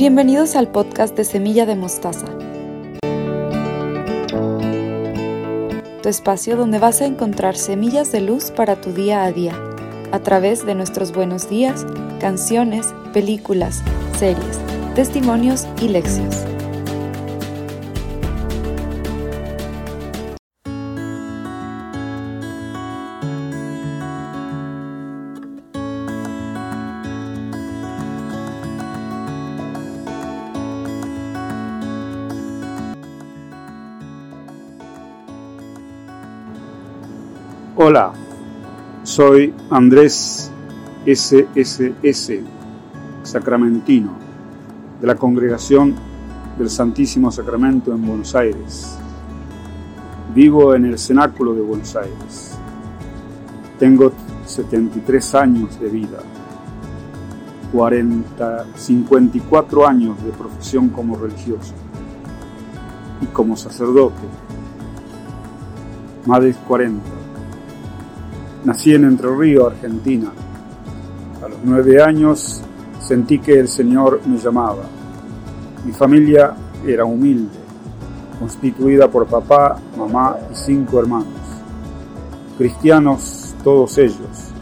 Bienvenidos al podcast de Semilla de Mostaza, tu espacio donde vas a encontrar semillas de luz para tu día a día, a través de nuestros buenos días, canciones, películas, series, testimonios y lecciones. Hola, soy Andrés SSS, sacramentino, de la Congregación del Santísimo Sacramento en Buenos Aires. Vivo en el Cenáculo de Buenos Aires. Tengo 73 años de vida, 54 años de profesión como religioso y como sacerdote, más de 40. Nací en Entre Ríos, Argentina. A los 9 años sentí que el Señor me llamaba. Mi familia era humilde, constituida por papá, mamá y 5 hermanos. Cristianos todos ellos.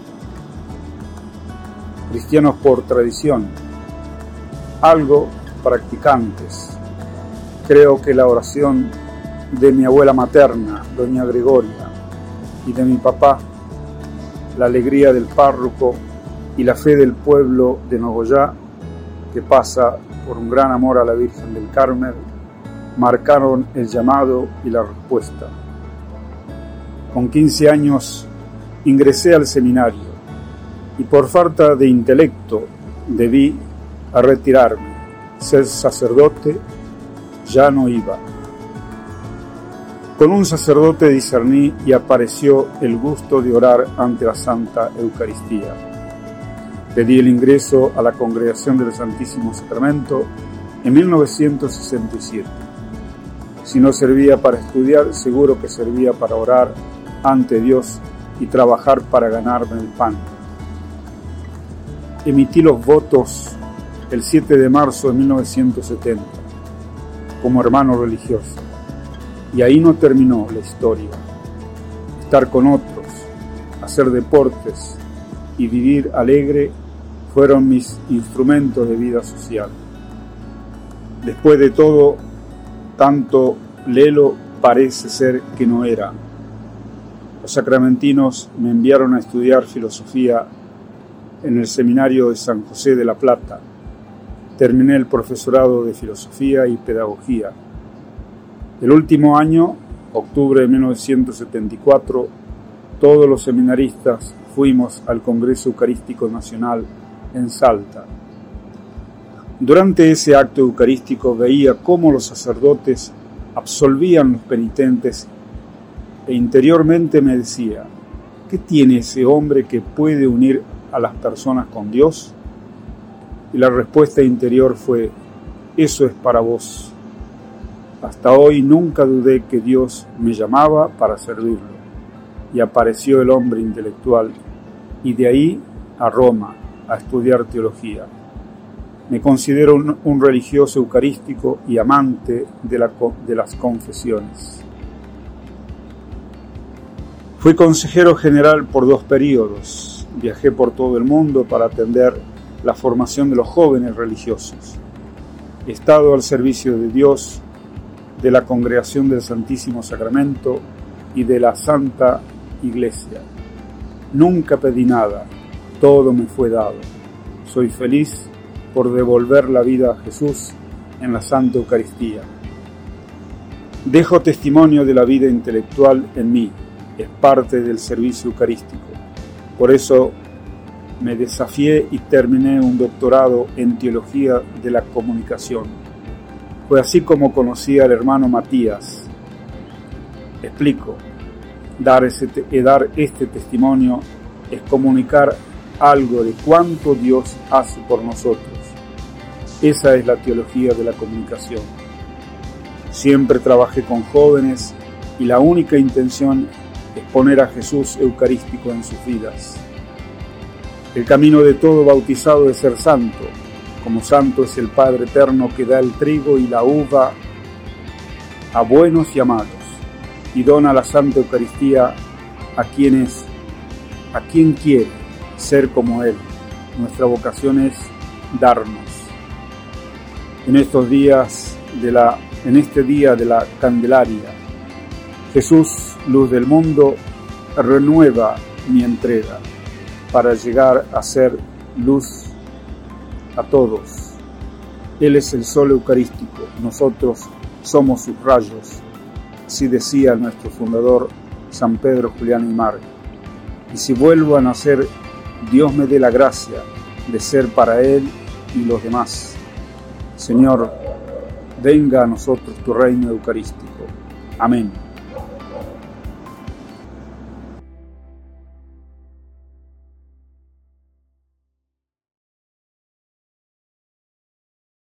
Cristianos por tradición. Algo practicantes. Creo que la oración de mi abuela materna, doña Gregoria, y de mi papá, la alegría del párroco y la fe del pueblo de Nogoyá, que pasa por un gran amor a la Virgen del Carmen, marcaron el llamado y la respuesta. Con 15 años ingresé al seminario y por falta de intelecto debí a retirarme. Ser sacerdote ya no iba. Con un sacerdote discerní y apareció el gusto de orar ante la Santa Eucaristía. Pedí el ingreso a la Congregación del Santísimo Sacramento en 1967. Si no servía para estudiar, seguro que servía para orar ante Dios y trabajar para ganarme el pan. Emití los votos el 7 de marzo de 1970 como hermano religioso. Y ahí no terminó la historia. Estar con otros, hacer deportes y vivir alegre fueron mis instrumentos de vida social. Después de todo, tanto lelo parece ser que no era. Los sacramentinos me enviaron a estudiar filosofía en el seminario de San José de la Plata. Terminé el profesorado de filosofía y pedagogía. El último año, octubre de 1974, todos los seminaristas fuimos al Congreso Eucarístico Nacional en Salta. Durante ese acto eucarístico veía cómo los sacerdotes absolvían los penitentes e interiormente me decía: ¿qué tiene ese hombre que puede unir a las personas con Dios? Y la respuesta interior fue: eso es para vos. Hasta hoy nunca dudé que Dios me llamaba para servirlo. Y apareció el hombre intelectual, y de ahí a Roma, a estudiar teología. Me considero un religioso eucarístico y amante de las confesiones. Fui consejero general por 2 períodos. Viajé por todo el mundo para atender la formación de los jóvenes religiosos. He estado al servicio de Dios, de la Congregación del Santísimo Sacramento y de la Santa Iglesia. Nunca pedí nada, todo me fue dado. Soy feliz por devolver la vida a Jesús en la Santa Eucaristía. Dejo testimonio de la vida intelectual en mí, es parte del servicio eucarístico. Por eso me desafié y terminé un doctorado en Teología de la Comunicación. Fue así como conocí al hermano Matías. Explico, dar este testimonio es comunicar algo de cuánto Dios hace por nosotros. Esa es la teología de la comunicación. Siempre trabajé con jóvenes y la única intención es poner a Jesús eucarístico en sus vidas. El camino de todo bautizado es ser santo, como santo es el Padre eterno que da el trigo y la uva a buenos y a malos, y dona la Santa Eucaristía a quien quiere ser como Él. Nuestra vocación es darnos. En este día de la Candelaria, Jesús, luz del mundo, renueva mi entrega para llegar a ser luz a todos. Él es el sol eucarístico, nosotros somos sus rayos, así decía nuestro fundador San Pedro Julián y Marc. Y si vuelvo a nacer, Dios me dé la gracia de ser para Él y los demás. Señor, venga a nosotros tu reino eucarístico. Amén.